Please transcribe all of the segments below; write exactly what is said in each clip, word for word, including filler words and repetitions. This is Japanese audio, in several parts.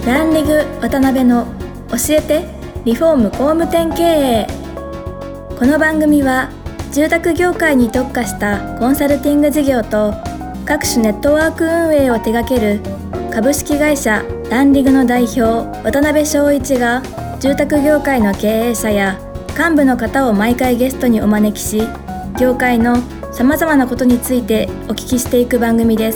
ランリグ渡辺の教えてリフォーム工務店経営。この番組は住宅業界に特化したコンサルティング事業と各種ネットワーク運営を手掛ける株式会社ランリグの代表渡辺翔一が住宅業界の経営者や幹部の方を毎回ゲストにお招きし、業界のさまざまなことについてお聞きしていく番組です。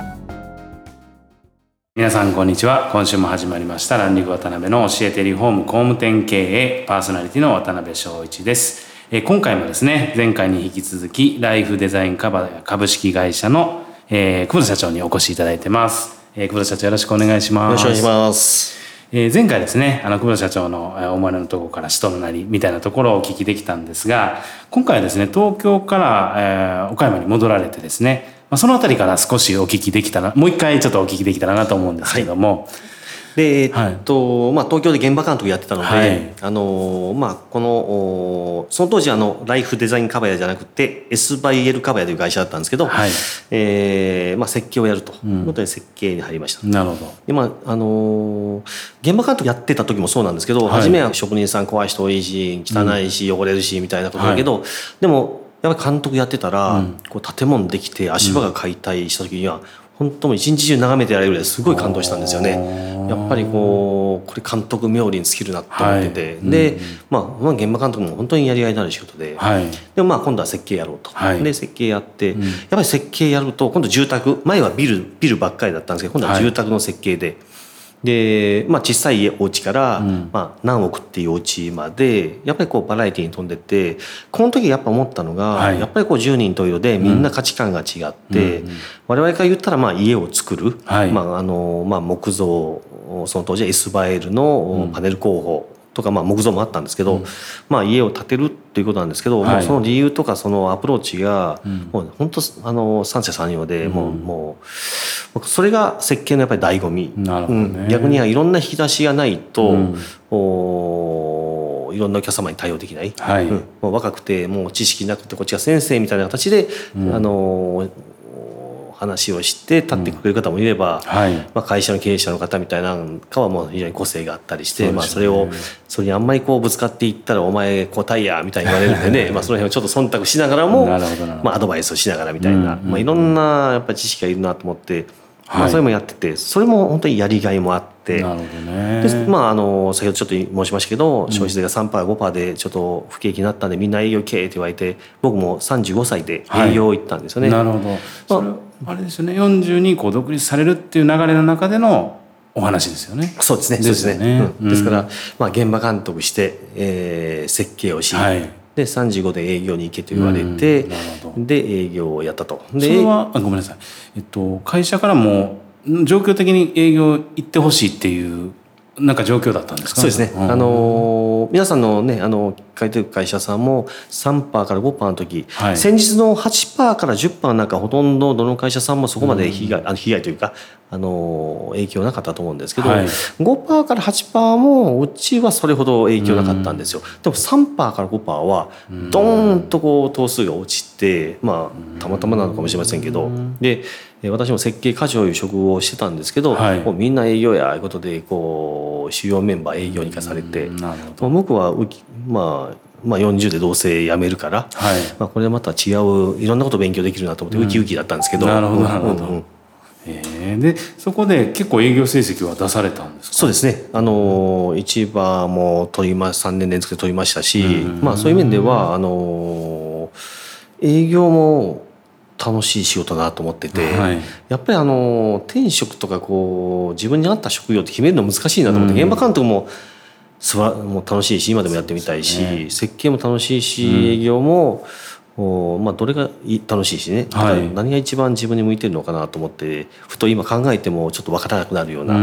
皆さんこんにちは。今週も始まりましたランリグ渡辺の教えてリフォーム工務店経営、パーソナリティの渡辺翔一です。え今回もですね、前回に引き続きライフデザインカバー株式会社の、えー、久保田社長にお越しいただいてます。えー、久保田社長よろしくお願いします。 よろしくお願いします。 えー、前回ですね、あの久保田社長のお生まれのところから人のなりみたいなところをお聞きできたんですが、今回はですね、東京から、えー、岡山に戻られてですね、まあ、そのあたりから少しお聞きできたら、もう一回ちょっとお聞きできたらなと思うんですけれども、はいでえーっとまあ、東京で現場監督やってたので、はい、あのまあ、このその当時あのライフデザインカバヤじゃなくて エスバイエル カバヤという会社だったんですけど、はい、えーまあ、設計をやるということで設計に入りました。 うん、なるほど。 で、まああの現場監督やってた時もそうなんですけど、はい、初めは職人さん怖い人多いし汚いし汚れるしみたいなことだけど、はい、でもやっぱり監督やってたら、うん、こう建物できて足場が解体した時には、うん、本当に一日中眺めてやれるぐらいすごい感動したんですよね。やっぱりこうこれ監督冥利に尽きるなって思ってて、はい、で、うん、まあ、現場監督も本当にやりがいのある仕事で、はい、でもまあ今度は設計やろうと、はい、で設計やって、うん、やっぱり設計やると今度住宅、前はビルビルばっかりだったんですけど、今度は住宅の設計で、はい、でまあ、小さいお家から、うんまあ、何億っていうお家までやっぱりこうバラエティに富んでて、この時やっぱ思ったのが、はい、やっぱりこうじゅうにん十色でみんな価値観が違って、うん、我々から言ったらまあ家を作る、はいまああのまあ、木造、その当時は エスバイエル のパネル工法とか、まあ木造もあったんですけど、うんまあ、家を建てるっていうことなんですけど、はい、もうその理由とかそのアプローチが、うん、もう本当あの三者三様で、うん、もうもうそれが設計のやっぱり醍醐味。なるほどね。うん、逆にはいろんな引き出しがないと、うん、おいろんなお客様に対応できない、はいうん、もう若くてもう知識なくてこっちが先生みたいな形で、うん、あの話をして立ってくれる方もいれば、うんはいまあ、会社の経営者の方みたいなのかはもう非常に個性があったりして、そ, ねまあ、それをそれにあんまりこうぶつかっていったらお前答えやみたいに言われるんでねまあその辺をちょっと忖度しながらもまあ、アドバイスをしながらみたいな、うんうんうんまあ、いろんなやっぱり知識がいるなと思って、はいまあ、それもやってて、それも本当にやりがいもあって、なるほどね。で、まあ、あの先ほどちょっと申しましたけど、うん、消費税が さんパーセント、ごパーセント でちょっと不景気になったんでみんな営業経営って言われて、僕もさんじゅうごさいで営業行ったんですよね、はい、 なるほど。それあれですよね、よんじゅうにこう独立されるっていう流れの中でのお話ですよね。 そうですね。ですね。ですうん、ですから、まあ、現場監督して、えー、設計をし、はい、でさんじゅうごで営業に行けと言われて、うん、なるほど。で営業をやったと。でそれはあごめんなさい、えっと、会社からも状況的に営業行ってほしいっていうなんか状況だったんですか。 そうですね、うん、あの皆さんのねあの書いてる会社さんも さんパーセント から ごパーセント の時、はい、先日の はちパーセント から じゅっパーセント なんかほとんどどの会社さんもそこまで被害、うん、あの被害というかあの影響なかったと思うんですけど、はい、ごパーセント から はちパーセント もうちはそれほど影響なかったんですよ、うん、でも さんパーセント から ごパーセント はドーンとこう頭数が落ちて、まあたまたまなのかもしれませんけど、で私も設計課長という職をしてたんですけど、はい、もうみんな営業やということでこう主要メンバー営業に行かされて、僕はまあまあ、よんじゅうでどうせ辞めるから、はいまあ、これでまた違ういろんなことを勉強できるなと思ってウキウキだったんですけど、うん、 なるほどなるほど、うんうんえー、でそこで結構営業成績は出されたんですか。 そうですね、あの市場も取りまさんねん連続で取りましたし、まあ、そういう面ではあの営業も楽しい仕事だなと思ってて、はい、やっぱりあの転職とかこう自分に合った職業って決めるの難しいなと思って、現場監督もすばもう楽しいし今でもやってみたいし、ね、設計も楽しいし、うん、営業もお、まあ、どれが楽しいしね、だから何が一番自分に向いてるのかなと思ってふと今考えてもちょっと分からなくなるような、うん、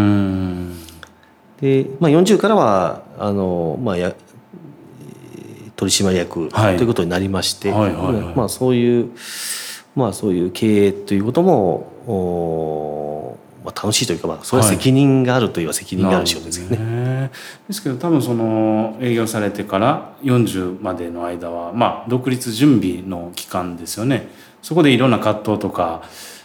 で、まあ、よんじゅうからはあの、まあ、や取締役ということになりまして、はいはいはいはい、まあ、そういうまあ、そういう経営ということもまあ、楽しいというか、まあ、それは責任があるといえば責任がある仕事ですけどね。 はい、ですけど多分その営業されてからよんじゅうまでの間は、まあ、独立準備の期間ですよね。そこでいろんな葛藤とか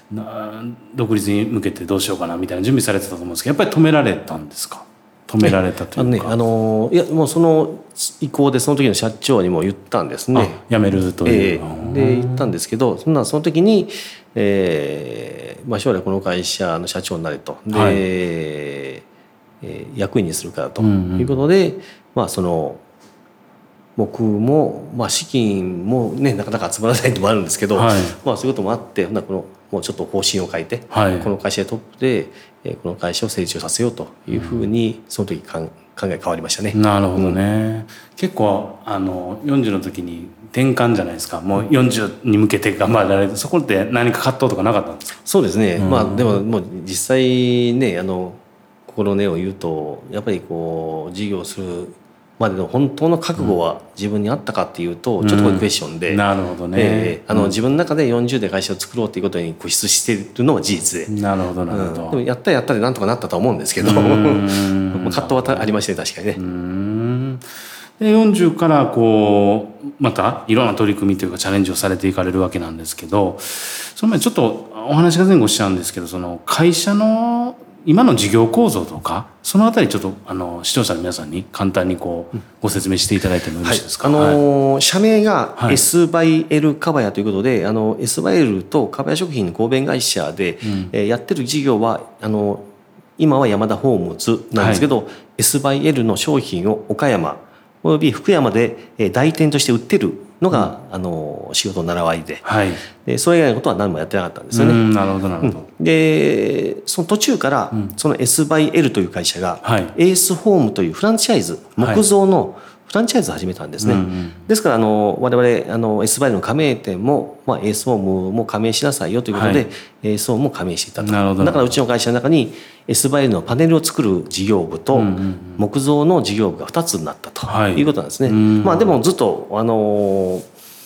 な独立に向けてどうしようかなみたいな準備されてたと思うんですけど、やっぱり止められたんですか？止められたというか。 あのね、あのいやもうその意向でその時の社長にも言ったんですね。 辞めるという、 えー、で言ったんですけど、そんなその時に、えーまあ、将来この会社の社長になれとで、はい、えー、役員にするからということで、うんうん、まあその僕も、まあ、資金もねなかなか集まらないのもあるんですけど、はい、まあ、そういうこともあってこのもうちょっと方針を変えて、はい、この会社でトップでこの会社を成長させようというふうにその時考え変わりましたね。 なるほどね、うん、結構あのよんじゅうの時に転換じゃないですか。もうよんじゅうに向けて頑張られる、そこで何か葛藤とかなかったんですか？ そうですね、うん、まあでももう実際ねあの心の根を言うとやっぱりこう事業するまでの本当の覚悟は自分にあったかっていうと、うん、ちょっとこれクエスチョンで、 うん、なるほどね、 えー、あの自分の中でよんじゅうで会社を作ろうということに固執しているのは事実で、 なるほどなるほど、 うん、でもやったらやったでなんとかなったと思うんですけど葛藤はありましたね確かにね。 うーんでよんじゅうからこうまたいろんな取り組みというかチャレンジをされていかれるわけなんですけど、その前ちょっとお話が前後しちゃうんですけど、その会社の今の事業構造とかそのあたりちょっとあの視聴者の皆さんに簡単にこうご説明していただいてもよろしいですか？ はい、あのー、社名が S by L かばやということで、あの S by L とかばや食品の合弁会社で、うん、えー、やってる事業はあの今はヤマダホームズなんですけど、はい、S by L の商品を岡山および福山で代店として売ってるのが、うん、あの仕事の習わいで、はい、でそれ以外のことは何もやってなかったんですよね。 うんなるほどなるほど、 うん、でその途中から、うん、その S by L という会社が、はい、エースホームというフランチャイズ木造のフランチャイズを始めたんですね。はい、うんうん、ですからあの我々あの S by L の加盟店も、まあ、エースホームも加盟しなさいよということで、はい、エースホームも加盟していたと。だからうちの会社の中に S by L のパネルを作る事業部と木造の事業部がふたつになったということなんですね。はい、まあ、でもずっとあの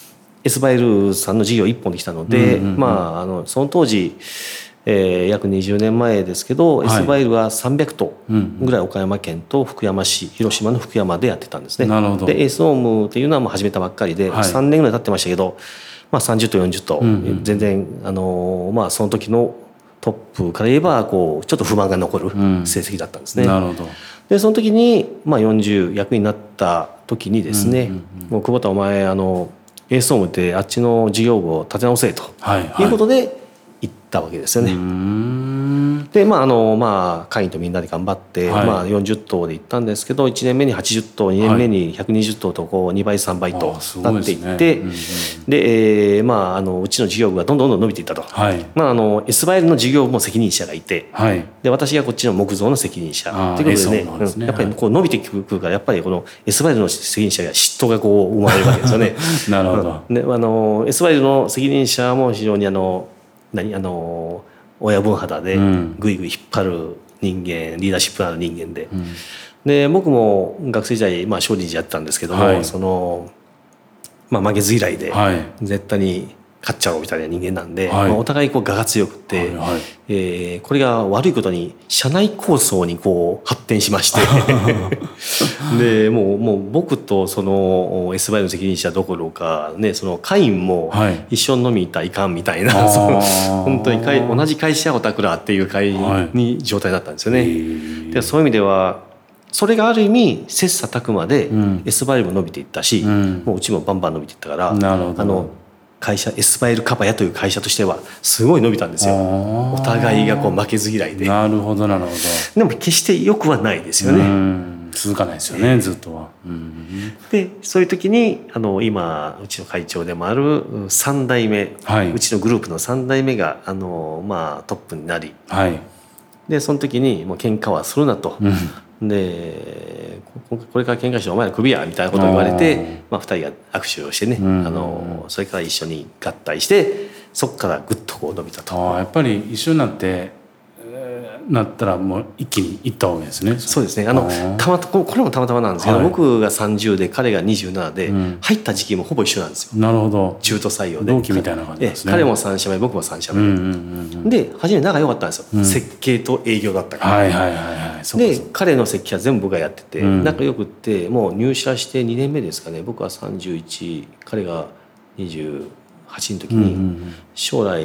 S by L さんの事業一本できたので、うんうんうん、まあ、あのその当時、えー、約にじゅうねんまえですけど、はい、S by L はさんびゃくとうぐらい岡山県と福山市広島の福山でやってたんですね。 なるほど。 でエースホームっていうのはもう始めたばっかりで、はい、さんねんぐらい経ってましたけど、まあ、さんじゅうとよんじゅうと、うんうん、全然あの、まあ、その時のトップから言えばこうちょっと不満が残る成績だったんですね。うん、なるほど。でその時に、まあ、よんじゅう役になった時にですね、うんうんうん、もう久保田お前あのエースホームってあっちの事業部を立て直せと、はいはい、いうことで行ったわけですよね。うーんでまああのまあ会員とみんなで頑張って、はい、まあ、よんじゅっとうで行ったんですけどいちねんめにはちじゅっとうにねんめにひゃくにじゅっとうとこうにばいさんばいとなっていって、で、ね、うんうん、で、えー、まああのうちの事業部がどんどんどん伸びていったと、はい、まあ、あの S by L の事業部も責任者がいて、はい、で私がこっちの木造の責任者ということで ね, でね、やっぱりこう伸びてくるからやっぱりこの S by L の責任者が嫉妬がこう生まれるわけですよね。 なるほど。 であの S by L の責任者も非常にあの何あの親分肌でぐいぐい引っ張る人間、リーダーシップのある人間で、うん、で僕も学生時代、まあ、少林寺やってたんですけども、はい、その、まあ、負けず嫌いで、はい、絶対に勝っちゃおうみたいな人間なんで、はい、まあ、お互いこう我が強くて、はいはい、えー、これが悪いことに社内抗争にこう発展しましてでもう、もう僕とその S by L の責任者どころか、ね、その会員も一緒に飲みに行ったらいかんみたいな、はい、その本当に同じ会社オタクらっていう会に状態だったんですよね。はい、でそういう意味ではそれがある意味切磋琢磨で S by L も伸びていったし、うん、もううちもバンバン伸びていったから、なるほど、あの会社 S by L かばやという会社としてはすごい伸びたんですよ。お互いがこう負けず嫌いで。なるほどなるほど。 でも決して良くはないですよね。うん、 続かないですよね、えー、ずっとは。うん、 でそういう時にあの今うちの会長でもあるさんだいめ、はい、うちのグループのさんだいめがあの、まあ、トップになり、はい、でその時にもう喧嘩はするなと。うん、でこれから喧嘩してお前らクビやみたいなことを言われて、まあ、ふたりが握手をしてね、うん、あのそれから一緒に合体してそこからぐっとこう伸びたと。 あやっぱり一緒になって、えー、なったらもう一気にいったわけですね。 そうですね。あのたまこれもたまたまなんですけど、はい、僕がさんじゅうで彼がにじゅうななで、うん、入った時期もほぼ一緒なんですよ。 なるほど。 中途採用で同期みたいな感じですね。 彼もさん社目僕もさん社目、うんうんうん、で初め仲良かったんですよ、うん、設計と営業だったから、はいはいはいはい、そうで彼の設計は全部僕がやってて、うん、仲良くってもう入社してにねんめですかね。僕はさんじゅういち彼がにじゅうはちの時に、うんうんうん、将来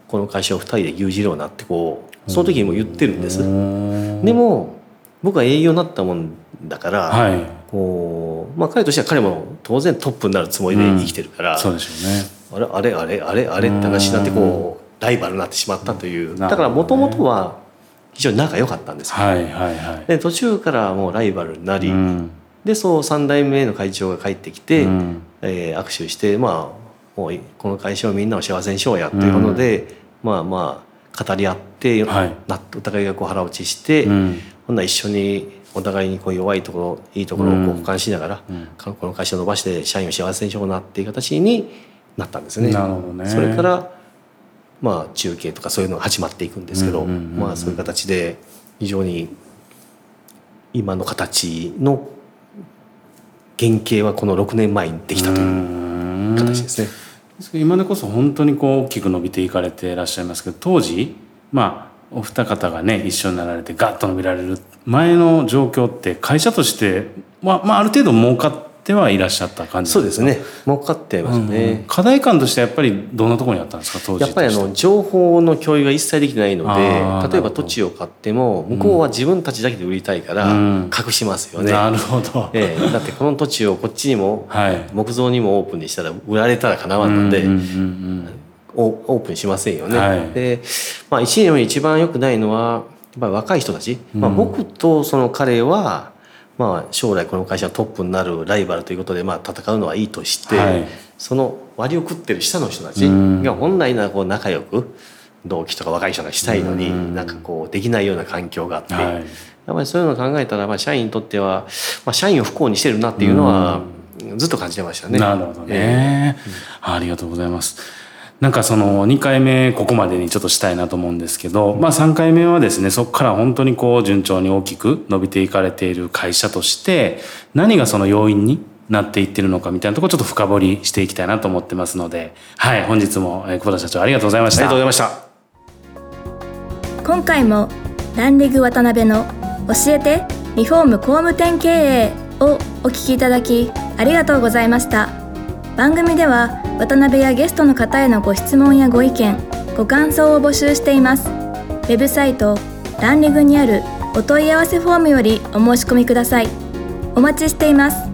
この会社をふたりで牛耳ろうなってこうその時にも言ってるんです。でも僕は営業になったもんだから、はい、こうまあ、彼としては彼も当然トップになるつもりで生きてるから、うん、 そうでしょうね、 あれあれあれあれあれって話になってこうライバルになってしまったという、だからもともとは非常に仲良かったんですよ、 はいはいはい、 で途中からもうライバルになり、うん、でそうさん代目の会長が帰ってきて、うん、えー、握手して、まあ、もうこの会社をみんなを幸せにしようやっていうので、うん、まあまあ語り合って、はい、お互いがこう腹落ちして、うん、ほんなら一緒にお互いにこう弱いところいいところをこう補完しながら、うん、この会社を伸ばして社員を幸せにしようなっていう形になったんですね。 なるほどね。 それからまあ中継とかそういうのが始まっていくんですけど、まあそういう形で非常に今の形の原型はこのろくねんまえにできたという形ですね。 今でこそ本当にこう大きく伸びていかれていらっしゃいますけど、当時まあお二方がね一緒になられてガッと伸びられる前の状況って会社としてまあ、まあ、ある程度儲かってはいらっしゃった感じですか？ そうですね、儲かってますね、うん、 課題感としてはやっぱりどんなところにあったんですか当時？ やっぱりあの情報の共有が一切できてないので、例えば土地を買っても向こうは自分たちだけで売りたいから隠しますよね、うん、 なるほど、 ええ、だってこの土地をこっちにも木造にもオープンにしたら売られたらかなわんので、うんうんうんうんオープンしませんよね、はい、で、まあ、一年より一番良くないのはやっぱり若い人たち、うんまあ、僕とその彼は、まあ、将来この会社のトップになるライバルということで、まあ、戦うのはいいとして、はい、その割を食ってる下の人たちが本来ならこう仲良く同期とか若い人がしたいのに、うん、なんかこうできないような環境があって、はい、やっぱりそういうのを考えたら、まあ、社員にとっては、まあ、社員を不幸にしてるなっていうのはずっと感じてましたね。 なるほどね、えー、ありがとうございます。なんかそのにかいめここまでにちょっとしたいなと思うんですけど、まあさんかいめはですねそこから本当にこう順調に大きく伸びていかれている会社として何がその要因になっていってるのかみたいなところちょっと深掘りしていきたいなと思ってますので、はい本日も久保田社長ありがとうございました。 ありがとうございました。今回もランリグ渡辺の教えてリフォーム工務店経営をお聞きいただきありがとうございました。番組では渡辺やゲストの方へのご質問やご意見、ご感想を募集しています。ウェブサイトランリグにあるお問い合わせフォームよりお申し込みください。お待ちしています。